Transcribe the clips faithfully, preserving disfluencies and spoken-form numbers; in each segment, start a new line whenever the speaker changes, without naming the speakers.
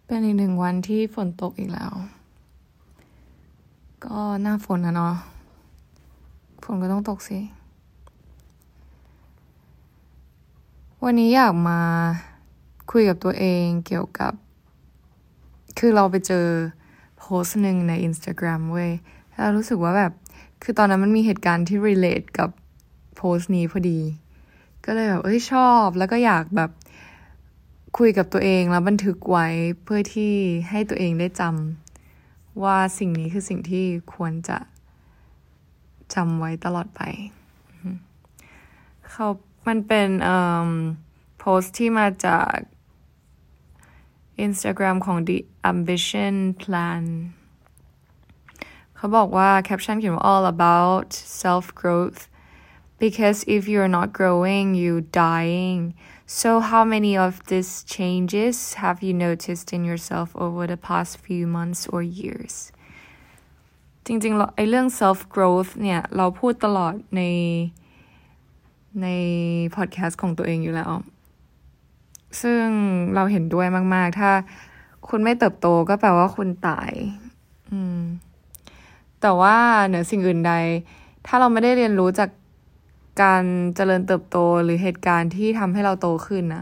เป็นอีกหนึ่งวันที่ฝนตกอีกแล้วก็หน้าฝนนะเนาะฝนก็ต้องตกสิวันนี้อยากมาคุยกับตัวเองเกี่ยวกับคือเราไปเจอโพสต์หนึ่งใน Instagram เว้ยแล้วรู้สึกว่าแบบคือตอนนั้นมันมีเหตุการณ์ที่ relate กับโพสต์นี้พอดีก็เลยแบบเอ้ยชอบแล้วก็อยากแบบคุยกับตัวเองแล้วบันทึกไว้เพื่อที่ให้ตัวเองได้จำว่าสิ่งนี้คือสิ่งที่ควรจะจำไว้ตลอดไปเขามันเป็นเอ่อโพสต์ที่มาจาก Instagram ของ The Ambition Plan เขาบอกว่าแคปชั่นเขียนว่า all about self growth because if you're not growing you're dying so how many of these changes have you noticed in yourself over the past few months or years จริงๆไอ้เรื่อง self growth เนี่ยเราพูดตลอดในในพอดแคสต์ของตัวเองอยู่แล้วซึ่งเราเห็นด้วยมากๆถ้าคุณไม่เติบโตก็แปลว่าคุณตายอืมแต่ว่าเหนือสิ่งอื่นใดถ้าเราไม่ได้เรียนรู้จากการเจริญเติบโตหรือเหตุการณ์ที่ทำให้เราโตขึ้นนะ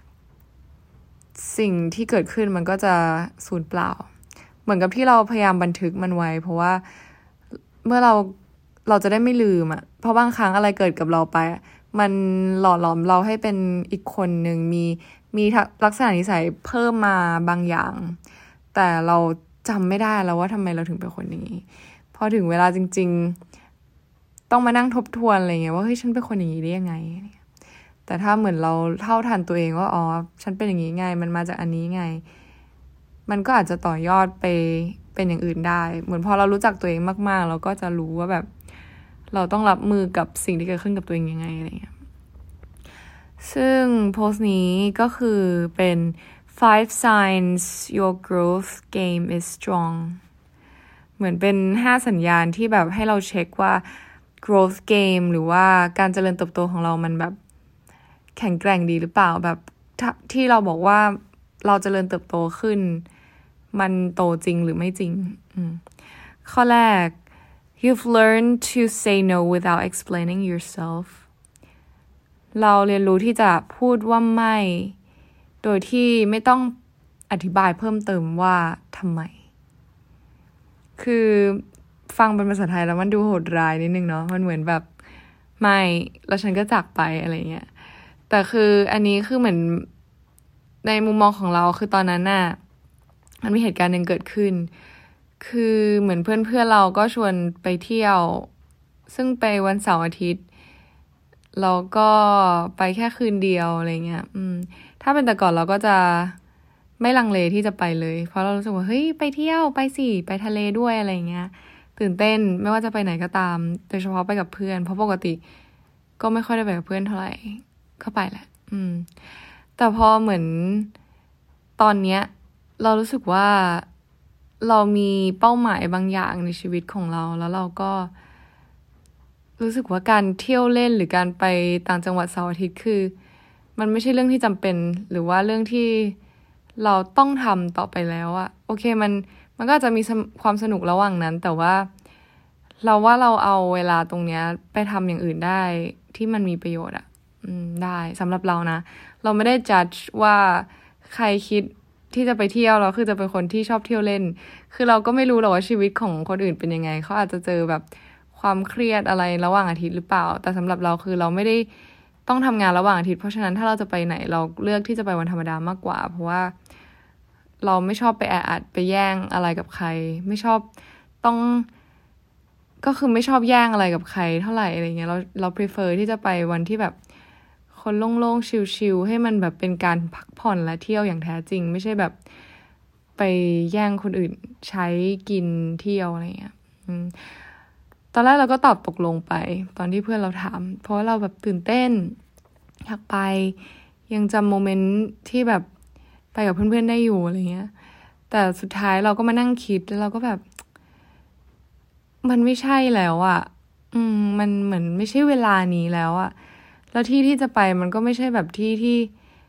สิ่งที่เกิดขึ้นมันก็จะสูญเปล่าเหมือนกับที่เราพยายามบันทึกมันไว้เพราะว่าเมื่อเราเราจะได้ไม่ลืมอ่ะเพราะบางครั้งอะไรเกิดกับเราไปมันหล่อหลอมเราให้เป็นอีกคนหนึ่งมีมีลักษณะนิสัยเพิ่มมาบางอย่างแต่เราจำไม่ได้แล้วว่าทำไมเราถึงเป็นคนนี้พอถึงเวลาจริงๆต้องมานั่งทบทวนอะไรเงี้ยว่าเฮ้ยฉันเป็นคนอย่างนี้ได้ยังไงแต่ถ้าเหมือนเราเท่าทันตัวเองว่าอ๋อฉันเป็นอย่างนี้ไงมันมาจากอันนี้ไงมันก็อาจจะต่อยอดไปเป็นอย่างอื่นได้เหมือนพอเรารู้จักตัวเองมากๆเราก็จะรู้ว่าแบบเราต้องรับมือกับสิ่งที่เกิดขึ้นกับตัวเองยังไงอะไรเงี้ยซึ่งโพสต์นี้ก็คือเป็น five signs your growth game is strong เหมือนเป็นห้าสัญญาณที่แบบให้เราเช็คว่า growth game หรือว่าการเจริญเติบโตของเรามันแบบแข็งแกร่งดีหรือเปล่าแบบที่เราบอกว่าเราเจริญเติบโตขึ้นมันโตจริงหรือไม่จริงข้อแรก You've learned to say no without explaining yourself เราเรียนรู้ที่จะพูดว่าไม่โดยที่ไม่ต้องอธิบายเพิ่มเติมว่าทำไมคือฟังเป็นภาษาไทยแล้วมันดูโหดร้ายนิดนึงเนาะมันเหมือนแบบไม่แล้วฉันก็จากไปอะไรเงี้ยแต่คืออันนี้คือเหมือนในมุมมองของเราคือตอนนั้นน่ะมันมีเหตุการณ์หนึ่งเกิดขึ้นคือเหมือนเพื่อนๆเราก็ชวนไปเที่ยวซึ่งไปวันเสาร์อาทิตย์เราก็ไปแค่คืนเดียวอะไรเงี้ยอืมถ้าเป็นแต่ก่อนเราก็จะไม่ลังเลที่จะไปเลยเพราะเรารู้สึกว่าเฮ้ยไปเที่ยวไปสิไปทะเลด้วยอะไรเงี้ยตื่นเต้นไม่ว่าจะไปไหนก็ตามโดยเฉพาะไปกับเพื่อนเพราะปกติก็ไม่ค่อยได้ไปกับเพื่อนเท่าไหร่ก็ไปแหละอืมแต่พอเหมือนตอนเนี้ยเรารู้สึกว่าเรามีเป้าหมายบางอย่างในชีวิตของเราแล้วเราก็รู้สึกว่าการเที่ยวเล่นหรือการไปต่างจังหวัดเสาร์อาทิตย์คือมันไม่ใช่เรื่องที่จำเป็นหรือว่าเรื่องที่เราต้องทำต่อไปแล้วอะโอเคมันมันก็จะมีความสนุกระหว่างนั้นแต่ว่าเราว่าเราเอาเวลาตรงเนี้ยไปทำอย่างอื่นได้ที่มันมีประโยชน์อะอืมได้สำหรับเรานะเราไม่ได้ judge ว่าใครคิดที่จะไปเที่ยวเราคือจะเป็นคนที่ชอบเที่ยวเล่นคือเราก็ไม่รู้หรอกว่าชีวิตของคนอื่นเป็นยังไงเขาอาจจะเจอแบบความเครียดอะไรระหว่างอาทิตย์หรือเปล่าแต่สำหรับเราคือเราไม่ได้ต้องทำงานระหว่างอาทิตย์เพราะฉะนั้นถ้าเราจะไปไหนเราเลือกที่จะไปวันธรรมดามากกว่าเพราะว่าเราไม่ชอบไปแออัดไปแย่งอะไรกับใครไม่ชอบต้องก็คือไม่ชอบแย่งอะไรกับใครเท่าไหร่อะไรเงี้ยเราเรา prefer ที่จะไปวันที่แบบคนโล่งๆชิลๆให้มันแบบเป็นการพักผ่อนและเที่ยวอย่างแท้จริงไม่ใช่แบบไปแย่งคนอื่นใช้กินเที่ยวอะไรเงี้ยตอนแรกเราก็ตอบตกลงไปตอนที่เพื่อนเราถามเพราะเราแบบตื่นเต้นอยากไปยังจำโมเมนต์ที่แบบไปกับเพื่อนๆได้อยู่อะไรเงี้ยแต่สุดท้ายเราก็มานั่งคิดแล้วเราก็แบบมันไม่ใช่แล้วอ่ะอืมมันเหมือนไม่ใช่เวลานี้แล้วอ่ะแล้วที่ที่จะไปมันก็ไม่ใช่แบบที่ที่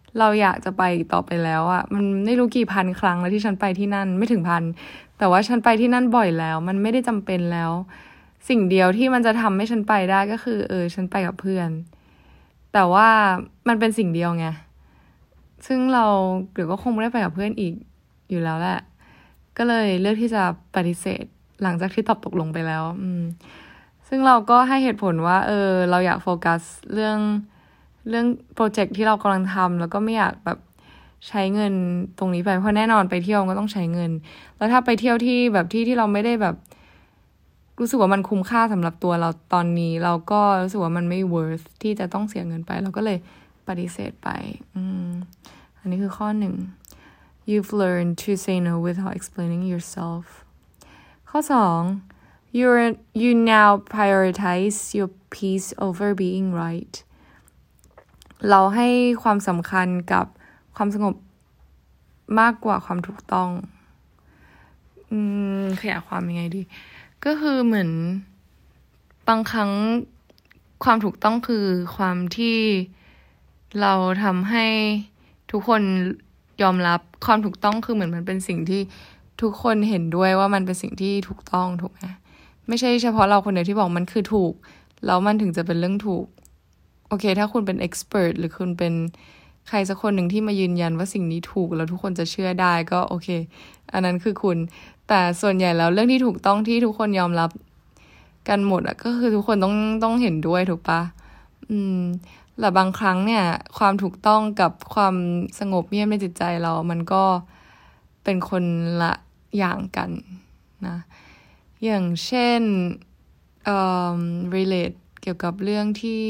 เราอยากจะไปต่อไปแล้วอ่ะมันไม่รู้กี่พันครั้งแล้วที่ฉันไปที่นั่นไม่ถึงพันแต่ว่าฉันไปที่นั่นบ่อยแล้วมันไม่ได้จำเป็นแล้วสิ่งเดียวที่มันจะทำให้ฉันไปได้ก็คือเออฉันไปกับเพื่อนแต่ว่ามันเป็นสิ่งเดียวไงซึ่งเราเดี๋ยวก็คงไม่ได้ไปกับเพื่อนอีกอยู่แล้วแหละก็เลยเลือกที่จะปฏิเสธหลังจากที่ตอบตกลงไปแล้วอืมซึ่งเราก็ให้เหตุผลว่าเออเราอยากโฟกัสเรื่องเรื่องโปรเจกต์ที่เรากำลังทำแล้วก็ไม่อยากแบบใช้เงินตรงนี้ไปเพราะแน่นอนไปเที่ยวก็ต้องใช้เงินแล้วถ้าไปเที่ยวที่แบบที่ที่เราไม่ได้แบบรู้สึกว่ามันคุ้มค่าสำหรับตัวเราตอนนี้เราก็รู้สึกว่ามันไม่ worth ที่จะต้องเสียเงินไปเราก็เลยปฏิเสธไปอืมอันนี้คือข้อหนึ่ง You've learned to say no without explaining yourself ข้อสอง You're, you now prioritize your peace over being right เราให้ความสำคัญกับความสงบมากกว่าความถูกต้องอืมขยายความยังไงดีก็คือเหมือนบางครั้งความถูกต้องคือความที่เราทำให้ทุกคนยอมรับความถูกต้องคือเหมือนมันเป็นสิ่งที่ทุกคนเห็นด้วยว่ามันเป็นสิ่งที่ถูกต้องถูกไหมไม่ใช่เฉพาะเราคนเดียวที่บอกมันคือถูกแล้วมันถึงจะเป็นเรื่องถูกโอเคถ้าคุณเป็น expert หรือคุณเป็นใครสักคนหนึ่งที่มายืนยันว่าสิ่งนี้ถูกแล้วทุกคนจะเชื่อได้ก็โอเคอันนั้นคือคุณแต่ส่วนใหญ่แล้วเรื่องที่ถูกต้องที่ทุกคนยอมรับกันหมดอ่ะก็คือทุกคนต้องต้องเห็นด้วยถูกปะอืมแต่บางครั้งเนี่ยความถูกต้องกับความสงบเงียบในจิตใจเรามันก็เป็นคนละอย่างกันนะอย่างเช่นเอ่อ relate เกี่ยวกับเรื่องที่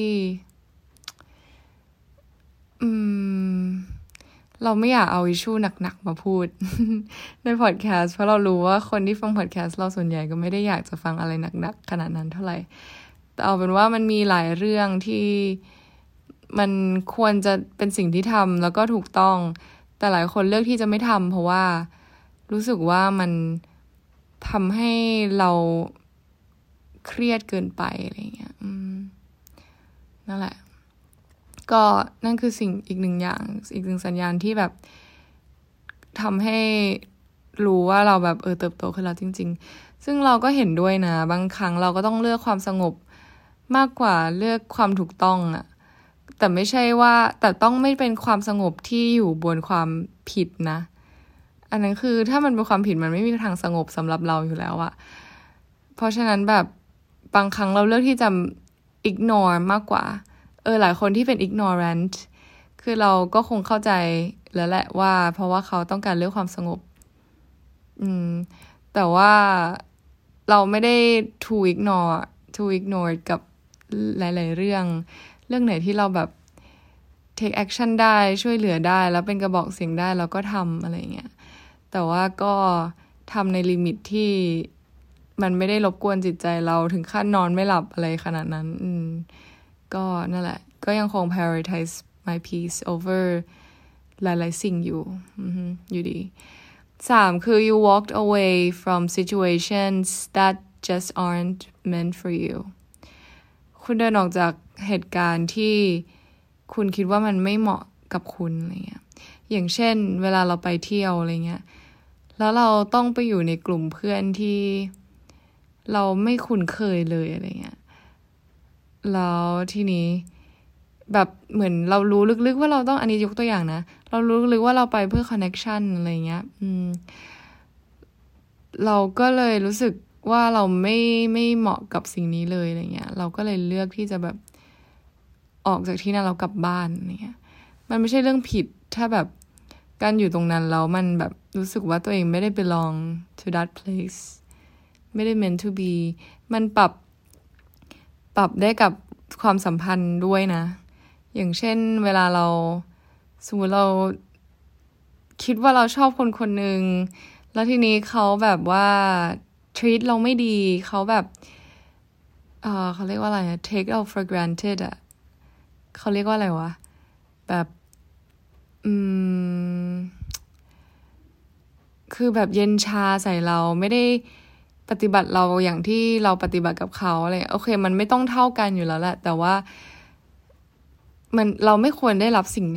อืมเราไม่อยากเอาอิชชูหนักๆมาพูด ในพอดแคสต์เพราะเรารู้ว่าคนที่ฟังพอดแคสต์เราส่วนใหญ่ก็ไม่ได้อยากจะฟังอะไรหนักๆขนาดนั้นเท่าไหร่แต่เอาเป็นว่ามันมีหลายเรื่องที่มันควรจะเป็นสิ่งที่ทำแล้วก็ถูกต้องแต่หลายคนเลือกที่จะไม่ทำเพราะว่ารู้สึกว่ามันทำให้เราเครียดเกินไปอะไรเงี้ยอืมนั่นแหละก็นั่นคือสิ่งอีกหนึ่งอย่างอีกหนึ่งสัญญาณที่แบบทำให้รู้ว่าเราแบบเออเติบโตขึ้นแล้วจริงๆซึ่งเราก็เห็นด้วยนะบางครั้งเราก็ต้องเลือกความสงบมากกว่าเลือกความถูกต้องอะแต่ไม่ใช่ว่าแต่ต้องไม่เป็นความสงบที่อยู่บนความผิดนะอันนั้นคือถ้ามันเป็นความผิดมันไม่มีทางสงบสำหรับเราอยู่แล้วอะเพราะฉะนั้นแบบบางครั้งเราเลือกที่จะ ignore มากกว่าเออหลายคนที่เป็น ignorant คือเราก็คงเข้าใจแล้วแหละว่าเพราะว่าเขาต้องการเลือกความสงบอืมแต่ว่าเราไม่ได้ to ignore to ignore กับหลายๆเรื่องเรื่องไหนที่เราแบบ take action ได้ช่วยเหลือได้แล้วเป็นกระบอกเสียงได้เราก็ทำอะไรเงี้ยแต่ว่าก็ทำในลิมิตที่มันไม่ได้รบกวนจิตใจเราถึงขั้นนอนไม่หลับอะไรขนาดนั้นอืมก็นั่นแหละก็ยังคง prioritize my peace over หลายๆสิ่งอยู่อยู่ดีสามคือ you walked away from situations that just aren't meant for you คุณเดินออกจากเหตุการณ์ที่คุณคิดว่ามันไม่เหมาะกับคุณอะไรเงี้ยอย่างเช่นเวลาเราไปเที่ยวอะไรเงี้ยแล้วเราต้องไปอยู่ในกลุ่มเพื่อนที่เราไม่คุ้นเคยเลยอะไรเงี้ยแล้วทีนี้แบบเหมือนเรารู้ลึกๆว่าเราต้องอันนี้ยกตัวอย่างนะเรารู้ลึกๆว่าเราไปเพื่อ connection อะไรเงี้ยอืมเราก็เลยรู้สึกว่าเราไม่ไม่เหมาะกับสิ่งนี้เลยอะไรเงี้ยเราก็เลยเลือกที่จะแบบออกจากที่นั่นเรากลับบ้านอะไรเงี้ยมันไม่ใช่เรื่องผิดถ้าแบบการอยู่ตรงนั้นแล้วมันแบบรู้สึกว่าตัวเองไม่ได้ belong to that place ไม่ได้ meant to be มันปรับปรับได้กับความสัมพันธ์ด้วยนะอย่างเช่นเวลาเราสมมติเราคิดว่าเราชอบคนคนหนึ่งแล้วทีนี้เขาแบบว่า treat เราไม่ดีเขาแบบเออเขาเรียกว่าอะไรอะ takeเราfor granted อะเขาเรียกว่าอะไรวะแบบอืมคือแบบเย็นชาใส่เราไม่ได้ปฏิบัติเราอย่างที่เราปฏิบัติกับเขาอะไรโอเคมันไม่ต้องเท่ากันอยู่แล้วแหละแต่ว่ามันเราไม่ควรได้รับสิ่งเนี้ย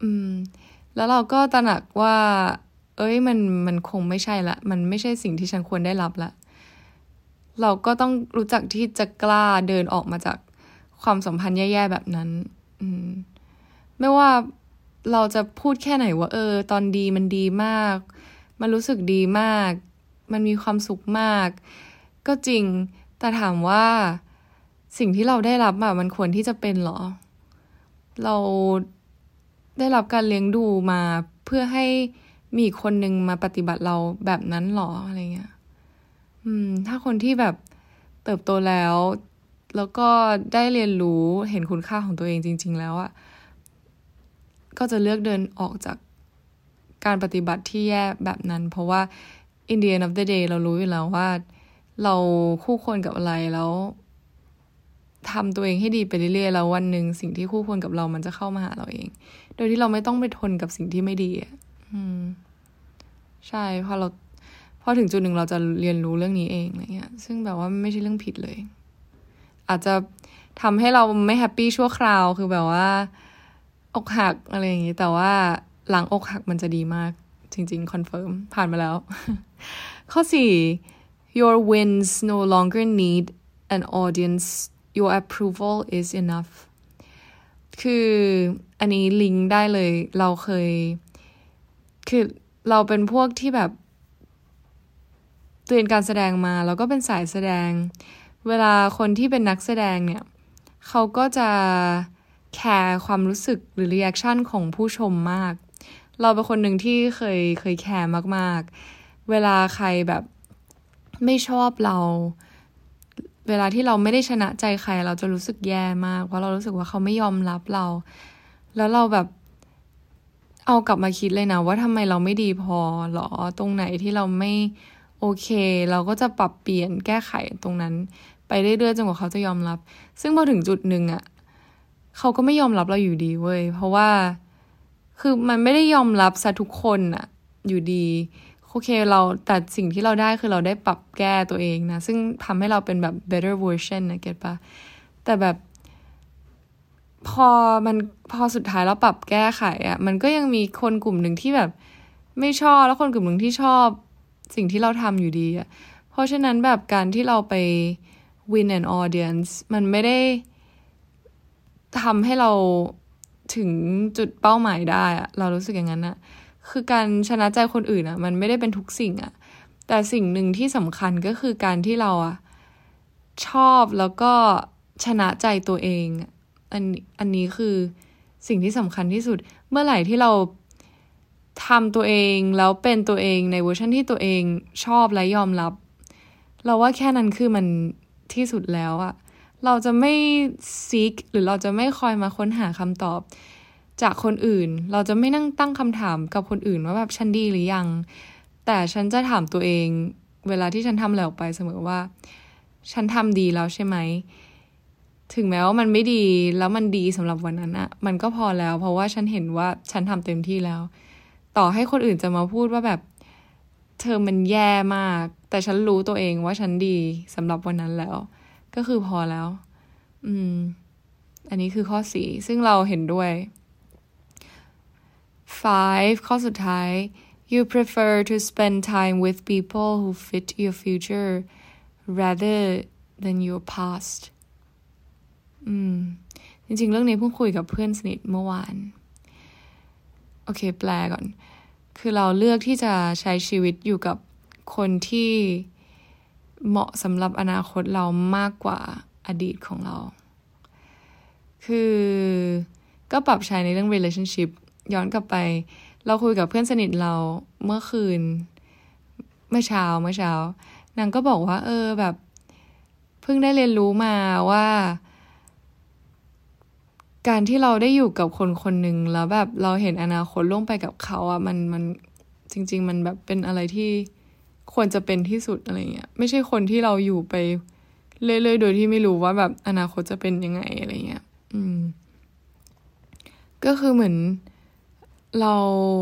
อืมแล้วเราก็ตระหนักว่าเอ้ยมันมันคงไม่ใช่ละมันไม่ใช่สิ่งที่ฉันควรได้รับละเราก็ต้องรู้จักที่จะกล้าเดินออกมาจากความสัมพันธ์แย่ๆแบบนั้นอืมไม่ว่าเราจะพูดแค่ไหนว่าเออตอนดีมันดีมากมันรู้สึกดีมากมันมีความสุขมากก็จริงแต่ถามว่าสิ่งที่เราได้รับอะมันควรที่จะเป็นหรอเราได้รับการเลี้ยงดูมาเพื่อให้มีคนนึงมาปฏิบัติเราแบบนั้นหรออะไรเงี้ยอืมถ้าคนที่แบบเติบโตแล้วแล้วก็ได้เรียนรู้เห็นคุณค่าของตัวเองจริงๆแล้วอะก็จะเลือกเดินออกจากการปฏิบัติที่แย่แบบนั้นเพราะว่า in the end of the day เรารู้อยู่แล้วว่าเราคู่ควรกับอะไรแล้วทำตัวเองให้ดีไปเรื่อยๆแล้ววันหนึ่งสิ่งที่คู่ควรกับเรามันจะเข้ามาหาเราเองโดยที่เราไม่ต้องไปทนกับสิ่งที่ไม่ดีอ่ะอืมใช่พอเราพอถึงจุดหนึ่งเราจะเรียนรู้เรื่องนี้เองอะไรเงี้ยซึ่งแบบว่าไม่ใช่เรื่องผิดเลยอาจจะทำให้เราไม่แฮปปี้ชั่วคราวคือแบบว่าอกหักอะไรอย่างงี้แต่ว่าหลังอกหักมันจะดีมากจริงๆคอนเฟิร์มผ่านมาแล้ว ข้อสี่ your wins no longer need an audience your approval is enough คืออันนี้ลิงก์ได้เลยเราเคยคือเราเป็นพวกที่แบบเรียนการแสดงมาแล้วก็เป็นสายแสดงเวลาคนที่เป็นนักแสดงเนี่ยเขาก็จะแคร์ความรู้สึกหรือรีแอคชั่นของผู้ชมมากเราเป็นคนหนึ่งที่เคยเคยแคร์มากๆเวลาใครแบบไม่ชอบเราเวลาที่เราไม่ได้ชนะใจใครเราจะรู้สึกแย่มากเพราะเรารู้สึกว่าเขาไม่ยอมรับเราแล้วเราแบบเอากลับมาคิดเลยนะว่าทำไมเราไม่ดีพอหรอตรงไหนที่เราไม่โอเคเราก็จะปรับเปลี่ยนแก้ไขตรงนั้นไปเรื่อยๆจนกว่าเขาจะยอมรับซึ่งพอถึงจุดหนึ่งอ่ะเขาก็ไม่ยอมรับเราอยู่ดีเว้ยเพราะว่าคือมันไม่ได้ยอมรับซะทุกคนอ่ะอยู่ดีโอเคเราแต่สิ่งที่เราได้คือเราได้ปรับแก้ตัวเองนะซึ่งทำให้เราเป็นแบบ better version นะเก็ทปะแต่แบบพอมันพอสุดท้ายเราปรับแก้ไขอ่ะมันก็ยังมีคนกลุ่มหนึ่งที่แบบไม่ชอบแล้วคนกลุ่มหนึ่งที่ชอบสิ่งที่เราทำอยู่ดีอ่ะเพราะฉะนั้นแบบการที่เราไป win an audience มันไม่ได้ทำให้เราถึงจุดเป้าหมายได้อะเรารู้สึกอย่างนั้นอะคือการชนะใจคนอื่นอะมันไม่ได้เป็นทุกสิ่งอะแต่สิ่งหนึ่งที่สำคัญก็คือการที่เราอะชอบแล้วก็ชนะใจตัวเองอันอันนี้คือสิ่งที่สำคัญที่สุดเมื่อไหร่ที่เราทำตัวเองแล้วเป็นตัวเองในเวอร์ชันที่ตัวเองชอบและยอมรับเราว่าแค่นั้นคือมันที่สุดแล้วอะเราจะไม่ซีกหรือเราจะไม่คอยมาค้นหาคำตอบจากคนอื่นเราจะไม่นั่งตั้งคำถามกับคนอื่นว่าแบบฉันดีหรือยังแต่ฉันจะถามตัวเองเวลาที่ฉันทำอะไรออกไปเสมอว่าฉันทำดีแล้วใช่ไหมถึงแม้ว่ามันไม่ดีแล้วมันดีสำหรับวันนั้นอะมันก็พอแล้วเพราะว่าฉันเห็นว่าฉันทำเต็มที่แล้วต่อให้คนอื่นจะมาพูดว่าแบบเธอมันแย่มากแต่ฉันรู้ตัวเองว่าฉันดีสำหรับวันนั้นแล้วก็คือพอแล้วอืมอันนี้คือข้อสี่ซึ่งเราเห็นด้วย five ข้อสุดท้าย you prefer to spend time with people who fit your future rather than your past อืมจริงๆเรื่องนี้เพิ่งคุยกับเพื่อนสนิทเมื่อวานโอเคแปลก่อนคือเราเลือกที่จะใช้ชีวิตอยู่กับคนที่เหมาะสำหรับอนาคตเรามากกว่าอดีตของเราคือก็ปรับใช้ในเรื่อง relationship ย้อนกลับไปเราคุยกับเพื่อนสนิทเราเมื่อคืนเมื่อเช้าเมื่อเช้านางก็บอกว่าเออแบบเพิ่งได้เรียนรู้มาว่าการที่เราได้อยู่กับคนคนหนึ่งแล้วแบบเราเห็นอนาคตล่วงไปกับเขาอ่ะมันมันจริงๆมันแบบเป็นอะไรที่ควรจะเป็นที่สุดอะไรเงี้ยไม่ใช่คนที่เราอยู่ไปเรื่อยๆโดยที่ไม่รู้ว่าแบบอนาคตจะเป็นยังไงอะไรเงี้ยอืมก็คือเหมือนเรา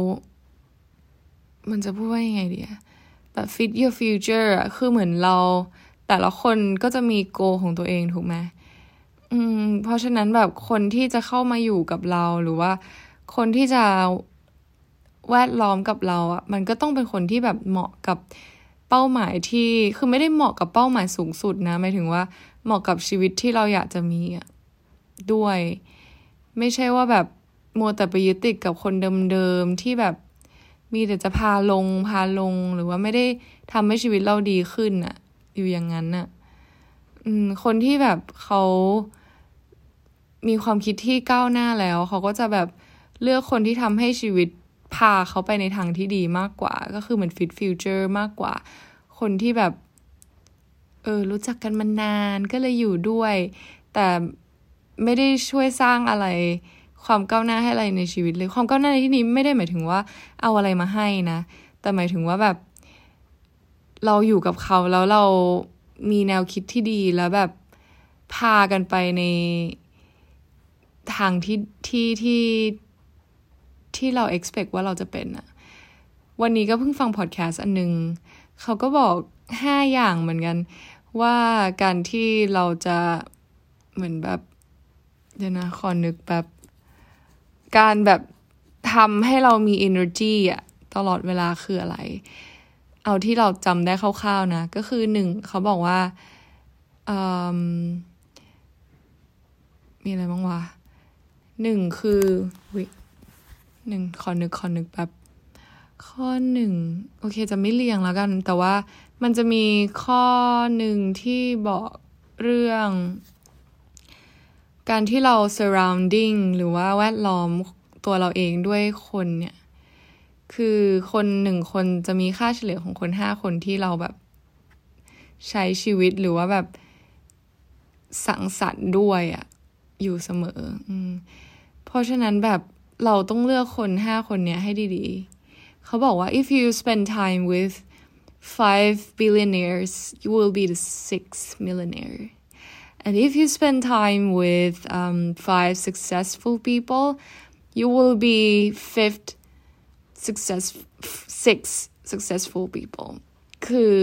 มันจะพูดว่ายังไงดีอะแบบ fit your future อะคือเหมือนเราแต่ละคนก็จะมี goal ของตัวเองถูกไหมอืมเพราะฉะนั้นแบบคนที่จะเข้ามาอยู่กับเราหรือว่าคนที่จะแวดล้อมกับเราอ่ะมันก็ต้องเป็นคนที่แบบเหมาะกับเป้าหมายที่คือไม่ได้เหมาะกับเป้าหมายสูงสุดนะหมายถึงว่าเหมาะกับชีวิตที่เราอยากจะมีอ่ะด้วยไม่ใช่ว่าแบบมัวแต่ไปยึดติดกับคนเดิมๆที่แบบมีแต่จะพาลงพาลงหรือว่าไม่ได้ทำให้ชีวิตเราดีขึ้นอ่ะอยู่อย่างนั้นน่ะอืมคนที่แบบเขามีความคิดที่ก้าวหน้าแล้วเขาก็จะแบบเลือกคนที่ทำให้ชีวิตพาเขาไปในทางที่ดีมากกว่าก็คือเหมือน fit future มากกว่าคนที่แบบเออรู้จักกันมานานก็เลยอยู่ด้วยแต่ไม่ได้ช่วยสร้างอะไรความก้าวหน้าให้อะไรในชีวิตเลยความก้าวหน้าในที่นี้ไม่ได้หมายถึงว่าเอาอะไรมาให้นะแต่หมายถึงว่าแบบเราอยู่กับเขาแล้วเรามีแนวคิดที่ดีแล้วแบบพากันไปในทางที่ที่ที่ที่เรา expect ว่าเราจะเป็นอะวันนี้ก็เพิ่งฟังพอดแคสต์อันนึงเขาก็บอกห้าอย่างเหมือนกันว่าการที่เราจะเหมือนแบบเดี๋ยวนะขอนึกแบบการแบบทำให้เรามี energy อะตลอดเวลาคืออะไรเอาที่เราจำได้คร่าวๆนะก็คือหนึ่งเขาบอกว่ามีอะไรบ้างวะหนึ่งคือวิหนึ่งขอนึกขอนึกแบบข้อหนึ่งโอเคจะไม่เรียงแล้วกันแต่ว่ามันจะมีข้อหนึ่งที่บอกเรื่องการที่เรา surrounding หรือว่าแวดล้อมตัวเราเองด้วยคนเนี่ยคือคนหนึ่งคนจะมีค่าเฉลี่ยของคนห้าคนที่เราแบบใช้ชีวิตหรือว่าแบบสังสรรค์ด้วยอ่ะอยู่เสมออืมเพราะฉะนั้นแบบเราต้องเลือกคนห้าคนเนี้ยให้ดีๆเขาบอกว่า if you spend time with five billionaires you will be the sixth millionaire and if you spend time with um, five successful people you will be fifth success six successful people คือ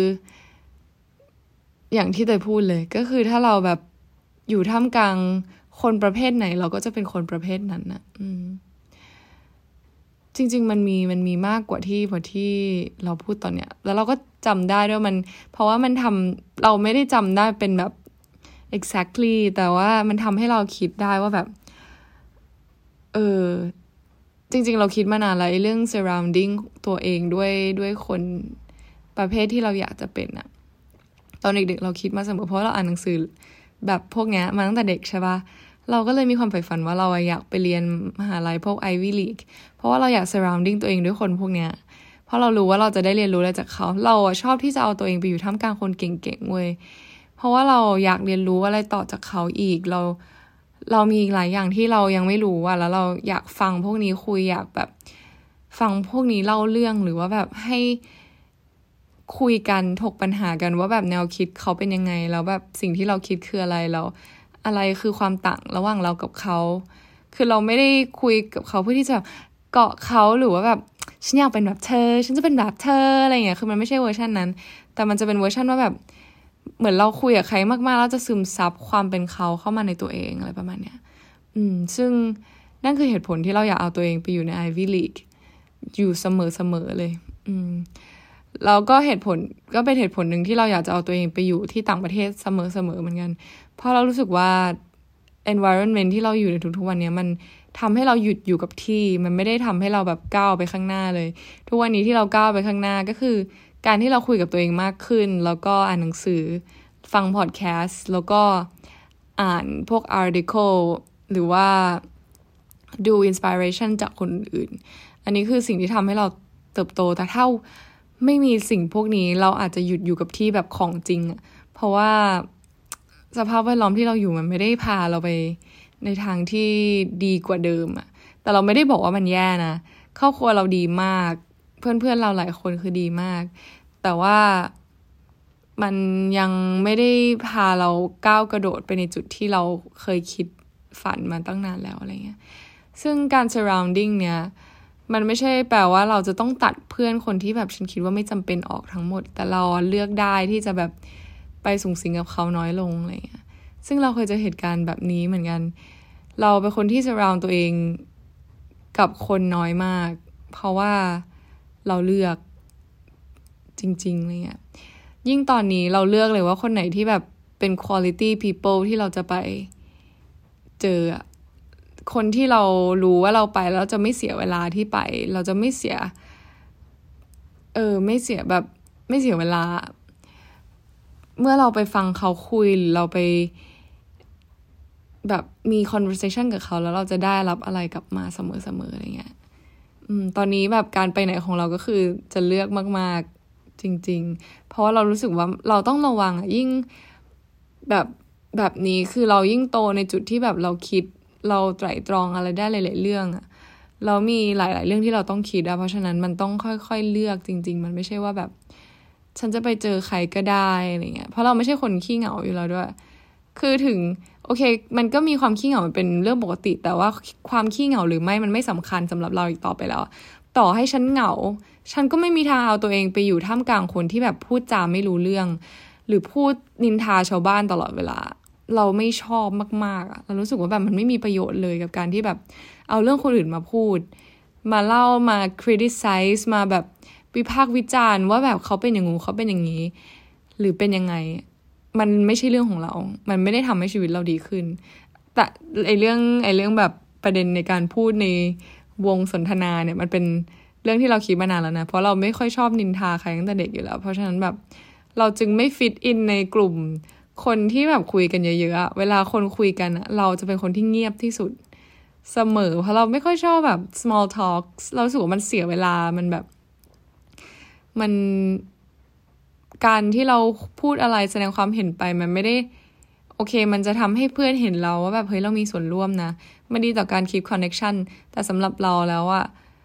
อย่างที่เตยพูดเลยก็คือถ้าเราแบบอยู่ท่ามกลางคนประเภทไหนเราก็จะเป็นคนประเภทนั้นนะอืมจริงๆมันมีมันมีมากกว่าที่พอที่เราพูดตอนเนี้ยแล้วเราก็จำได้ด้วยมันเพราะว่ามันทำเราไม่ได้จำได้เป็นแบบ exactly แต่ว่ามันทำให้เราคิดได้ว่าแบบเออจริงๆเราคิดมานานแล้วเรื่อง surrounding ตัวเองด้วยด้วยคนประเภทที่เราอยากจะเป็นอะตอนเด็กๆเราคิดมาเสมอเพราะเราอ่านหนังสือแบบพวกเนี้ยมาตั้งแต่เด็กใช่ปะเราก็เลยมีความใฝ่ฝันว่าเราอยากไปเรียนมหาลัยพวก Ivy League เพราะว่าเราอยาก surrounding ตัวเองด้วยคนพวกเนี้ยเพราะเรารู้ว่าเราจะได้เรียนรู้อะไรจากเขาเราชอบที่จะเอาตัวเองไปอยู่ท่ามกลางคนเก่งๆเว้ยเพราะว่าเราอยากเรียนรู้อะไรต่อจากเขาอีกเราเรามีหลายอย่างที่เรายังไม่รู้อ่ะแล้วเราอยากฟังพวกนี้คุยอยากแบบฟังพวกนี้เล่าเรื่องหรือว่าแบบให้คุยกันถกปัญหากันว่าแบบแนวคิดเขาเป็นยังไงแล้วแบบสิ่งที่เราคิดคืออะไรแล้วอะไรคือความต่างระหว่างเรากับเขาคือเราไม่ได้คุยกับเขาเพื่อที่จะเกาะเขาหรือว่าแบบฉันอยากเป็นแบบเธอฉันจะเป็นแบบเธออะไรอย่างเงี้ยคือมันไม่ใช่เวอร์ชันนั้นแต่มันจะเป็นเวอร์ชันว่าแบบเหมือนเราคุยกับใครมากๆแล้วจะซึมซับความเป็นเขาเข้ามาในตัวเองอะไรประมาณเนี้ยอืมซึ่งนั่นคือเหตุผลที่เราอยากเอาตัวเองไปอยู่ใน Ivy League อยู่เสมอๆเลยอืมแล้วก็เหตุผลก็เป็นเหตุผลหนึ่งที่เราอยากจะเอาตัวเองไปอยู่ที่ต่างประเทศเสมอๆเหมือนกันเพราะเรารู้สึกว่า environment ที่เราอยู่ในทุกๆวันนี้มันทำให้เราหยุดอยู่กับที่มันไม่ได้ทำให้เราแบบก้าวไปข้างหน้าเลยทุกวันนี้ที่เราก้าวไปข้างหน้าก็คือการที่เราคุยกับตัวเองมากขึ้นแล้วก็อ่านหนังสือฟังพอดแคสต์แล้วก็อ่านพวก article หรือว่าดู inspiration จากคนอื่นอันนี้คือสิ่งที่ทำให้เราเติบโตแต่ถ้าไม่มีสิ่งพวกนี้เราอาจจะหยุดอยู่กับที่แบบของจริงอะเพราะว่าสภาพแวดล้อมที่เราอยู่มันไม่ได้พาเราไปในทางที่ดีกว่าเดิมอะแต่เราไม่ได้บอกว่ามันแย่นะครอบครัวเราดีมากเพื่อนๆเราหลายคนคือดีมากแต่ว่ามันยังไม่ได้พาเราก้าวกระโดดไปในจุดที่เราเคยคิดฝันมาตั้งนานแล้วอะไรเงี้ยซึ่งการ surrounding เนี่ยมันไม่ใช่แปลว่าเราจะต้องตัดเพื่อนคนที่แบบฉันคิดว่าไม่จำเป็นออกทั้งหมดแต่เราเลือกได้ที่จะแบบไปสุงสิงกับเขาน้อยลงอะไรเงี้ยซึ่งเราเคยเจอเหตุการณ์แบบนี้เหมือนกันเราเป็นคนที่ surround ตัวเองกับคนน้อยมากเพราะว่าเราเลือกจริงๆอะไรเงี้ยยิ่งตอนนี้เราเลือกเลยว่าคนไหนที่แบบเป็น quality people ที่เราจะไปเจอคนที่เรารู้ว่าเราไปแล้วจะไม่เสียเวลาที่ไปเราจะไม่เสียเออไม่เสียแบบไม่เสียเวลาเมื่อเราไปฟังเขาคุยหรือเราไปแบบมี conversation กับเขาแล้วเราจะได้รับอะไรกลับมาเสมอๆอะไรเงี้ยอืมตอนนี้แบบการไปไหนของเราก็คือจะเลือกมากๆจริงๆเพราะว่าเรารู้สึกว่าเราต้องระวังอ่ะยิ่งแบบแบบนี้คือเรายิ่งโตในจุดที่แบบเราคิดเราไตร่ตรองอะไรได้หลายๆเรื่องอ่ะเรามีหลายๆเรื่องที่เราต้องคิดอ่ะเพราะฉะนั้นมันต้องค่อยๆเลือกจริงๆมันไม่ใช่ว่าแบบฉันจะไปเจอใครก็ได้อะไรเงี้ยเพราะเราไม่ใช่คนขี้เหงาอยู่แล้วด้วยคือถึงโอเคมันก็มีความขี้เหงามันเป็นเรื่องปกติแต่ว่าความขี้เหงาหรือไม่มันไม่สำคัญสำหรับเราอีกต่อไปแล้วต่อให้ฉันเหงาฉันก็ไม่มีทางเอาตัวเองไปอยู่ท่ามกลางคนที่แบบพูดจาไม่รู้เรื่องหรือพูดนินทาชาวบ้านตลอดเวลาเราไม่ชอบมากๆอ่ะเรารู้สึกว่าแบบมันไม่มีประโยชน์เลยกับการที่แบบเอาเรื่องคนอื่นมาพูดมาเล่ามา criticize มาแบบวิพากษ์วิจารณ์ว่าแบบเขาเป็นอย่างงูเขาเป็นอย่างนี้หรือเป็นยังไงมันไม่ใช่เรื่องของเรามันไม่ได้ทำให้ชีวิตเราดีขึ้นแต่ไอเรื่องไอเรื่องแบบประเด็นในการพูดในวงสนทนาเนี่ยมันเป็นเรื่องที่เราคิดมานานแล้วนะเพราะเราไม่ค่อยชอบนินทาใครตั้งแต่เด็กอยู่แล้วเพราะฉะนั้นแบบเราจึงไม่ฟิตอินในกลุ่มคนที่แบบคุยกันเยอะๆเวลาคนคุยกันเราจะเป็นคนที่เงียบที่สุดเสมอเพราะเราไม่ค่อยชอบแบบ small talk เรารู้สึกว่ามันเสียเวลามันแบบมันการที่เราพูดอะไรแสดงความเห็นไปมันไม่ได้โอเคมันจะทำให้เพื่อนเห็นเราว่าแบบเฮ้ยเรามีส่วนร่วมนะมันดีต่อการ keep connection แต่สำหรับเราแล้วอะ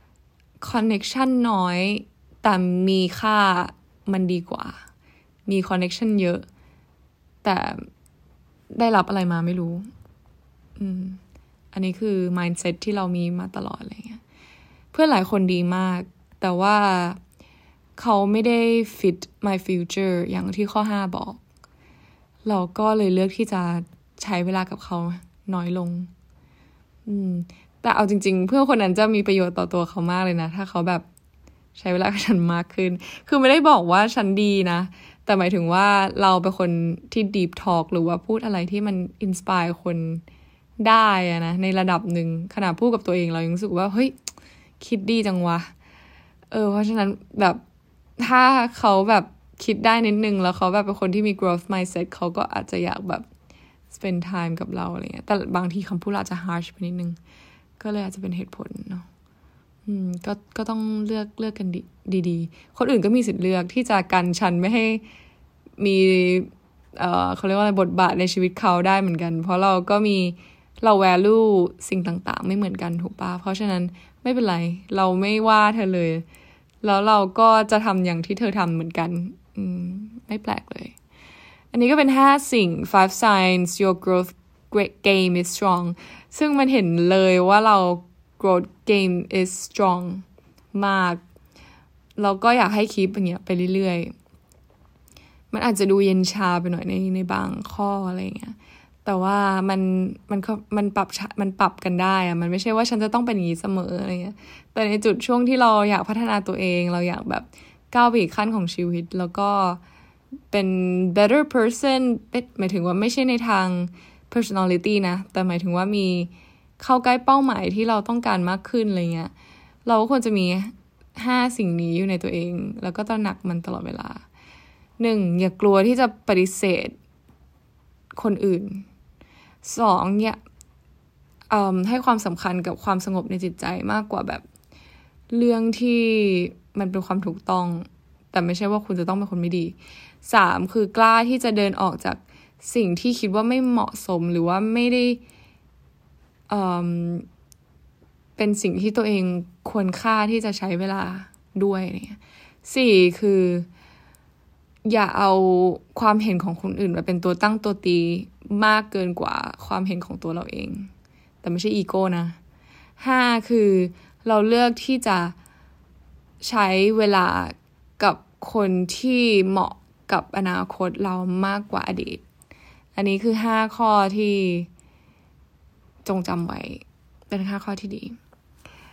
connection น้อยแต่มีค่ามันดีกว่ามี connection เยอะแต่ได้รับอะไรมาไม่รู้อืมอันนี้คือ mindset ที่เรามีมาตลอดอะไรเงี้ยเพื่อนหลายคนดีมากแต่ว่าเขาไม่ได้ fit my future อย่างที่ข้อห้าบอกเราก็เลยเลือกที่จะใช้เวลากับเขาน้อยลงอืมแต่เอาจริงๆเพื่อนคนนั้นจะมีประโยชน์ต่อตัวเขามากเลยนะถ้าเขาแบบใช้เวลากับฉันมากขึ้นคือไม่ได้บอกว่าฉันดีนะแต่หมายถึงว่าเราเป็นคนที่ deep talk หรือว่าพูดอะไรที่มัน inspire คนได้อะนะในระดับหนึ่งขณะพูดกับตัวเองเรายังรู้สึกว่าเฮ้ยคิดดีจังวะเออเพราะฉะนั้นแบบถ้าเขาแบบคิดได้นิดนึงแล้วเขาแบบเป็นคนที่มี growth mindset เขาก็อาจจะอยากแบบ spend time กับเราอะไรเงี้ยแต่บางทีคำพูดอาจจะ harsh ไปนิดนึงก็เลยอาจจะเป็นเหตุผลเนาะอืมก็ก็ต้องเลือกเลือกกันดีดีๆคนอื่นก็มีสิทธิ์เลือกที่จะกันฉันไม่ให้มีเอ่อเขาเรียกว่าอะไรบทบาทในชีวิตเขาได้เหมือนกันเพราะเราก็มีเรา value สิ่งต่างๆไม่เหมือนกันถูกป่ะเพราะฉะนั้นไม่เป็นไรเราไม่ว่าเธอเลยแล้วเราก็จะทำอย่างที่เธอทำเหมือนกันอืมไม่แปลกเลยอันนี้ก็เป็นห้าสิ่ง five signs your growth game is strong ซึ่งมันเห็นเลยว่าเรา growth game is strong มากเราก็อยากให้คลิปอย่างเงี้ยไปเรื่อยๆมันอาจจะดูเย็นชาไปหน่อยในในบางข้ออะไรเงี้ยแต่ว่ามันมันมันปรับมันปรับกันได้อะมันไม่ใช่ว่าฉันจะต้องเป็นอย่างนี้เสมออะไรเงี้ยแต่ในจุดช่วงที่เราอยากพัฒนาตัวเองเราอยากแบบก้าวไปอีกขั้นของชีวิตแล้วก็เป็น better person หมายถึงว่าไม่ใช่ในทาง personality นะแต่หมายถึงว่ามีเข้าใกล้เป้าหมายที่เราต้องการมากขึ้นอะไรเงี้ยเราก็ควรจะมีห้าสิ่งนี้อยู่ในตัวเองแล้วก็ตระหนักมันตลอดเวลาหนึ่งอย่ากลัวที่จะปฏิเสธคนอื่นสองเนี่ยให้ความสำคัญกับความสงบในจิตใจมากกว่าแบบเรื่องที่มันเป็นความถูกต้องแต่ไม่ใช่ว่าคุณจะต้องเป็นคนไม่ดีสามคือกล้าที่จะเดินออกจากสิ่งที่คิดว่าไม่เหมาะสมหรือว่าไม่ได้เอ่อเป็นสิ่งที่ตัวเองควรค่าที่จะใช้เวลาด้วยเนี่ยสี่คืออย่าเอาความเห็นของคนอื่นมาเป็นตัวตั้งตัวตีมากเกินกว่าความเห็นของตัวเราเองแต่ไม่ใช่อีโก้นะห้าคือเราเลือกที่จะใช้เวลากับคนที่เหมาะกับอนาคตเรามากกว่าอดีตอันนี้คือห้าข้อที่จงจำไว้เป็นห้าข้อที่ดี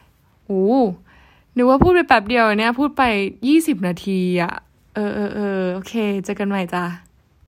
โอ้นึกว่าพูดไปแป๊บเดียวเนี่ยพูดไปยี่สิบนาทีอ่ะเออเออเออโอเคเจอกันใหม่จ้ะ